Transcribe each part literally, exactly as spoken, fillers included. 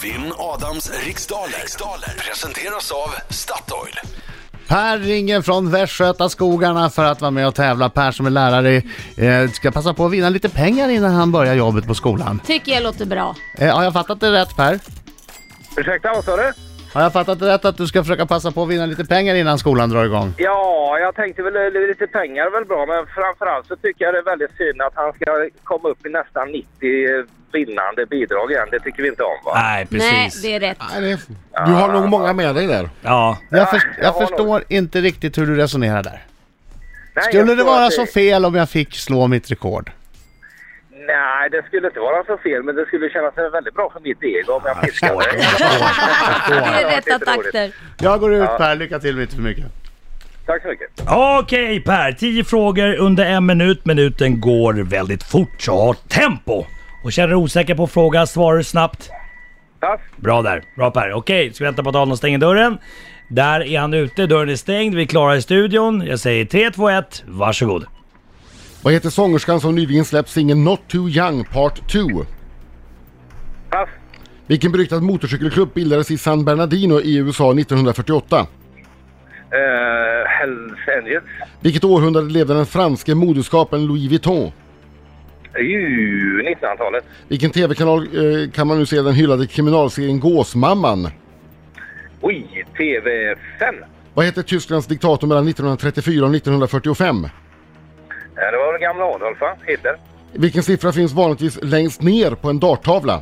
Vinn Adams riksdaler. riksdaler presenteras av Statoil. Per ringer från Västgötaskogarna för att vara med och tävla. Per som är lärare eh, ska passa på att vinna lite pengar innan han börjar jobbet på skolan. Tycker jag låter bra. Eh, har jag fattat det rätt, Per? Ursäkta, vad sa du? Har jag fattat det rätt att du ska försöka passa på att vinna lite pengar innan skolan drar igång? Ja, jag tänkte väl lite pengar är väl bra, men framförallt så tycker jag det är väldigt synd att han ska komma upp i nästan nittio vinnande bidrag igen. Det tycker vi inte om, va? Nej, precis. Nej, det är rätt. Nej, det är... Du har nog många med dig där. Ja. Jag, för, jag jag har förstår nog. inte riktigt hur du resonerar där. Nej, Skulle jag det tror vara att så fel om jag fick slå mitt rekord? Nej, det skulle inte vara så fel, men det skulle kännas väldigt bra för mitt ego om jag fiskade. Det är rätta takter. Jag går ut, Per. Lycka till inte för mycket. Tack så mycket. Okej Per, tio frågor under en minut. Minuten går väldigt fort, så ha tempo. Och känner du osäker på fråga, svarar du snabbt. Pass. Bra där, bra Per. Okej, ska vi vänta på att Adolf stänger dörren. Där är han ute, dörren är stängd, vi är klara i studion. Jag säger tre, två, ett, varsågod. Vad heter sångerskan som nyligen släppt singeln Not Too Young Part två? Pass. Vilken beryktad motorcykelklubb bildades i San Bernardino i U S A nittonhundrafyrtioåtta? Uh, Hells Angels. Vilket århundrade levde den franske modeskapen Louis Vuitton? Ju, nittonhundratalet. Vilken tv-kanal eh, kan man nu se den hyllade kriminalserien Gåsmamman? Oj, T V fem. Vad heter Tysklands diktator mellan nittonhundratrettiofyra och nittonhundrafyrtiofem? Ja, det var den gamla Adolf, va? Hitler. Vilken siffra finns vanligtvis längst ner på en darttavla?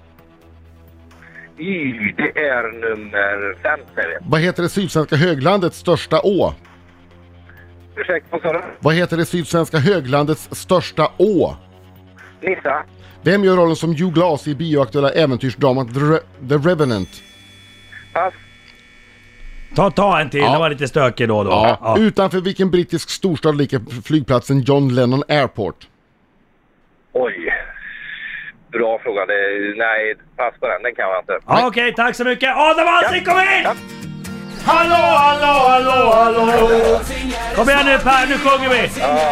Ju, det är nummer fem, säger vi. Vad heter det sydsvenska höglandets största å? Ursäkta, vad sa du? Vad heter det sydsvenska höglandets största å? Nissa. Vem gör rollen som Hugh Glass i bioaktuella äventyrsdramat The, Re- The Revenant? Pass. Ta, ta en till, Ja. det var lite stökig då och då. Ja. Ja. Utanför vilken brittisk storstad ligger flygplatsen John Lennon Airport? Oj. Bra fråga. Det, nej, pass på den. Den kan jag inte. Ja, Okej, tack så mycket. Adam Alsing, kom in! Ja. Hallå, hallå, hallå, hallå! Kom igen nu Per, nu sjunger vi!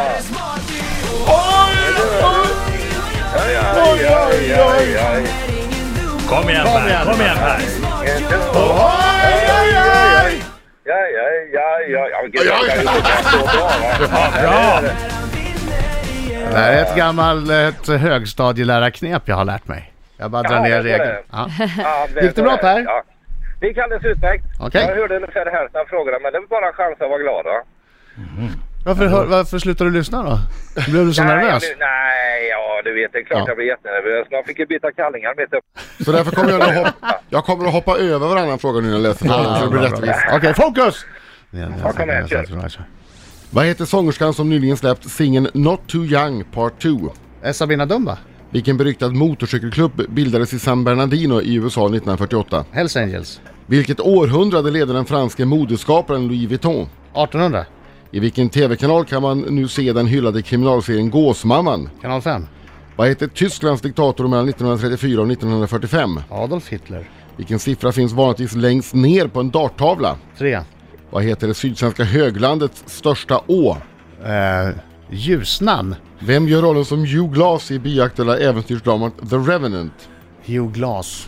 Aj, aj, aj, aj, aj. Kom igen Per, kom igen Per! Aj, aj, aj, aj. Ja, ja, ja, ja. Ja, gud, jag kan ju inte så bra, va? Ja, bra! Det här är ett gammalt ett högstadielärarknep jag har lärt mig. Jag bara drar Ja, ner det är regeln. det. Ja. Ja, Gick det bra, Per? Ja. Det gick alldeles utmärkt. Okej. Jag hörde ungefär hälften av frågorna, men det var bara en chans att vara glad, va? Varför, hör, varför slutar du lyssna då? Blev du så nej, nervös? Jag, nej, ja, du vet, det är klart Ja. jag blir jättenervös. Man fick ju byta kallingar mitt upp. Så därför kommer jag att hoppa, jag kommer att hoppa över varannan fråga nu när jag läser frågan, så det blir rättvist. Okej, fokus! Ja, kom igen, kör. Vad heter sångerskan som nyligen släppt singeln Not Too Young Part två? Är Sabina Dumba? Vilken beryktad motorcykelklubb bildades i San Bernardino i U S A nittonhundrafyrtioåtta? Hells Angels? Vilket århundrade leder den franske modeskaparen Louis Vuitton? artonhundra? I vilken tv-kanal kan man nu se den hyllade kriminalserien Gåsmamman? Kanal fem? Vad heter Tysklands diktator mellan nittonhundratrettiofyra och nittonhundrafyrtiofem? Adolf Hitler? Vilken siffra finns vanligtvis längst ner på en darttavla? tre? Vad heter det sydsvenska höglandets största å? Eh, Ljusnan? Vem gör rollen som Hugh Glass i bioaktuella äventyrsdramat The Revenant? Hugh Glass?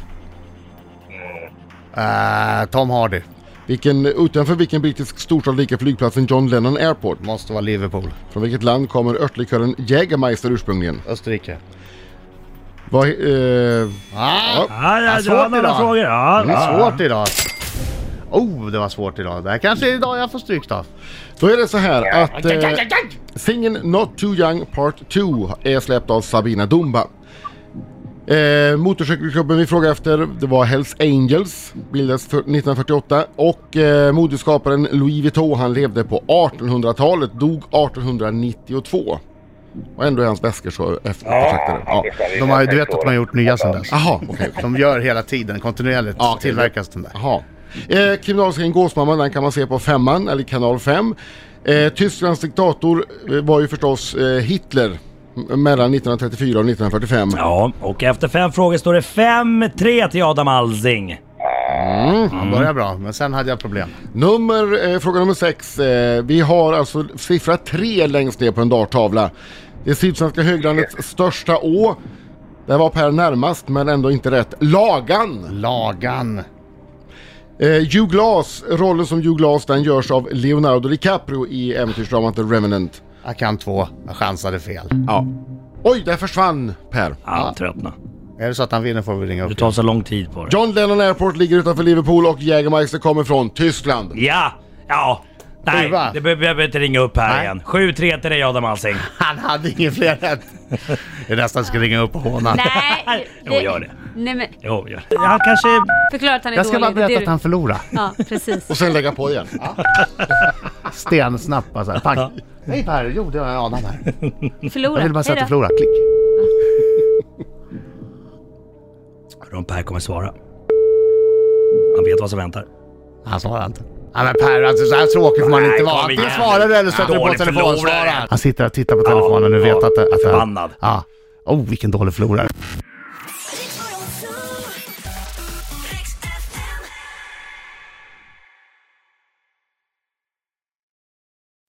Eh, Tom Hardy? Vilken, utanför vilken brittisk storstad ligger flygplatsen John Lennon Airport? Måste vara Liverpool. Från vilket land kommer örtlikören Jägermeister ursprungligen? Österrike? Vad, eh, Ah, ja. Ja, ja, svårt ja, några idag. frågor. Ja, det ja. är svårt idag. Oh, det var svårt idag. Det här kanske är idag jag får stryk då. Då är det så här att eh, singeln Not Too Young Part två är släppt av Sabina Dumba. Eh, motorcykelklubben vi frågade efter, det var Hells Angels, bildades för nittonhundrafyrtioåtta, och eh, modeskaparen Louis Vuitton, han levde på artonhundratalet, dog artonhundranittiotvå. Och ändå är hans väskor så eftertraktade. Ja. De har, du vet att de har gjort nya sen dess. Jaha, okej. Okay. De gör hela tiden, kontinuerligt Ja, okej. tillverkas den där. Jaha. Eh, kriminalserien Gåsmamman, den kan man se på femman eller kanal fem. Eh, Tysklands diktator eh, var ju förstås eh, Hitler m- mellan nittonhundratrettiofyra och nittonhundrafyrtiofem. Ja, och efter fem frågor står det fem tre till Adam Alsing. Mm. Han börjar bra, men sen hade jag problem. Nummer, eh, fråga nummer sex. Eh, vi har alltså siffra tre längst ner på en darttavla. Det sydsvenska höglandets största å. Det var Per närmast, men ändå inte rätt. Lagan. Lagan. Eh, Hugh Glass, rollen som Hugh Glass, den görs av Leonardo DiCaprio i äventyrsdramat The Revenant. Jag kan två. Jag chansade fel. Ja. Oj, där försvann Per. Ja, tröttna. Är det så att han vinner får vi ringa upp. Du tar så lång tid på det. John Lennon Airport ligger utanför Liverpool och Jägermeister kommer från Tyskland. Ja, ja. Nej, Sjua. det behöver jag inte ringa upp här Nej. igen. sju tre till dig Adam Alsing. Han hade ingen fler rätt. Jag nästan ska ringa upp och håna. Nej, Jo, gör det. Nej, men Jo, gör det. Han kanske... förklara att han är Jag ska dålig. bara berätta Det är att du- han förlorar. Ja, precis. Och sen lägga på igen. Stensnabbt bara så här. Pang. Hej Per, jo det var Adam här. Förlora. Jag ville bara säga att Hej du då. förlorar. Klick. Undrar om Per kommer svara. Han vet vad som väntar. Han svarar inte. Ja men Per, alltså så här tråkig får man Nej, inte kom vara. Antingen igen. svarar du eller sätter du på Dålig telefonsvararen. förlorare. Han sitter och tittar på telefonen och Ja, vet att det... Att det förbannad. ja. Oh, vilken dålig förlorare.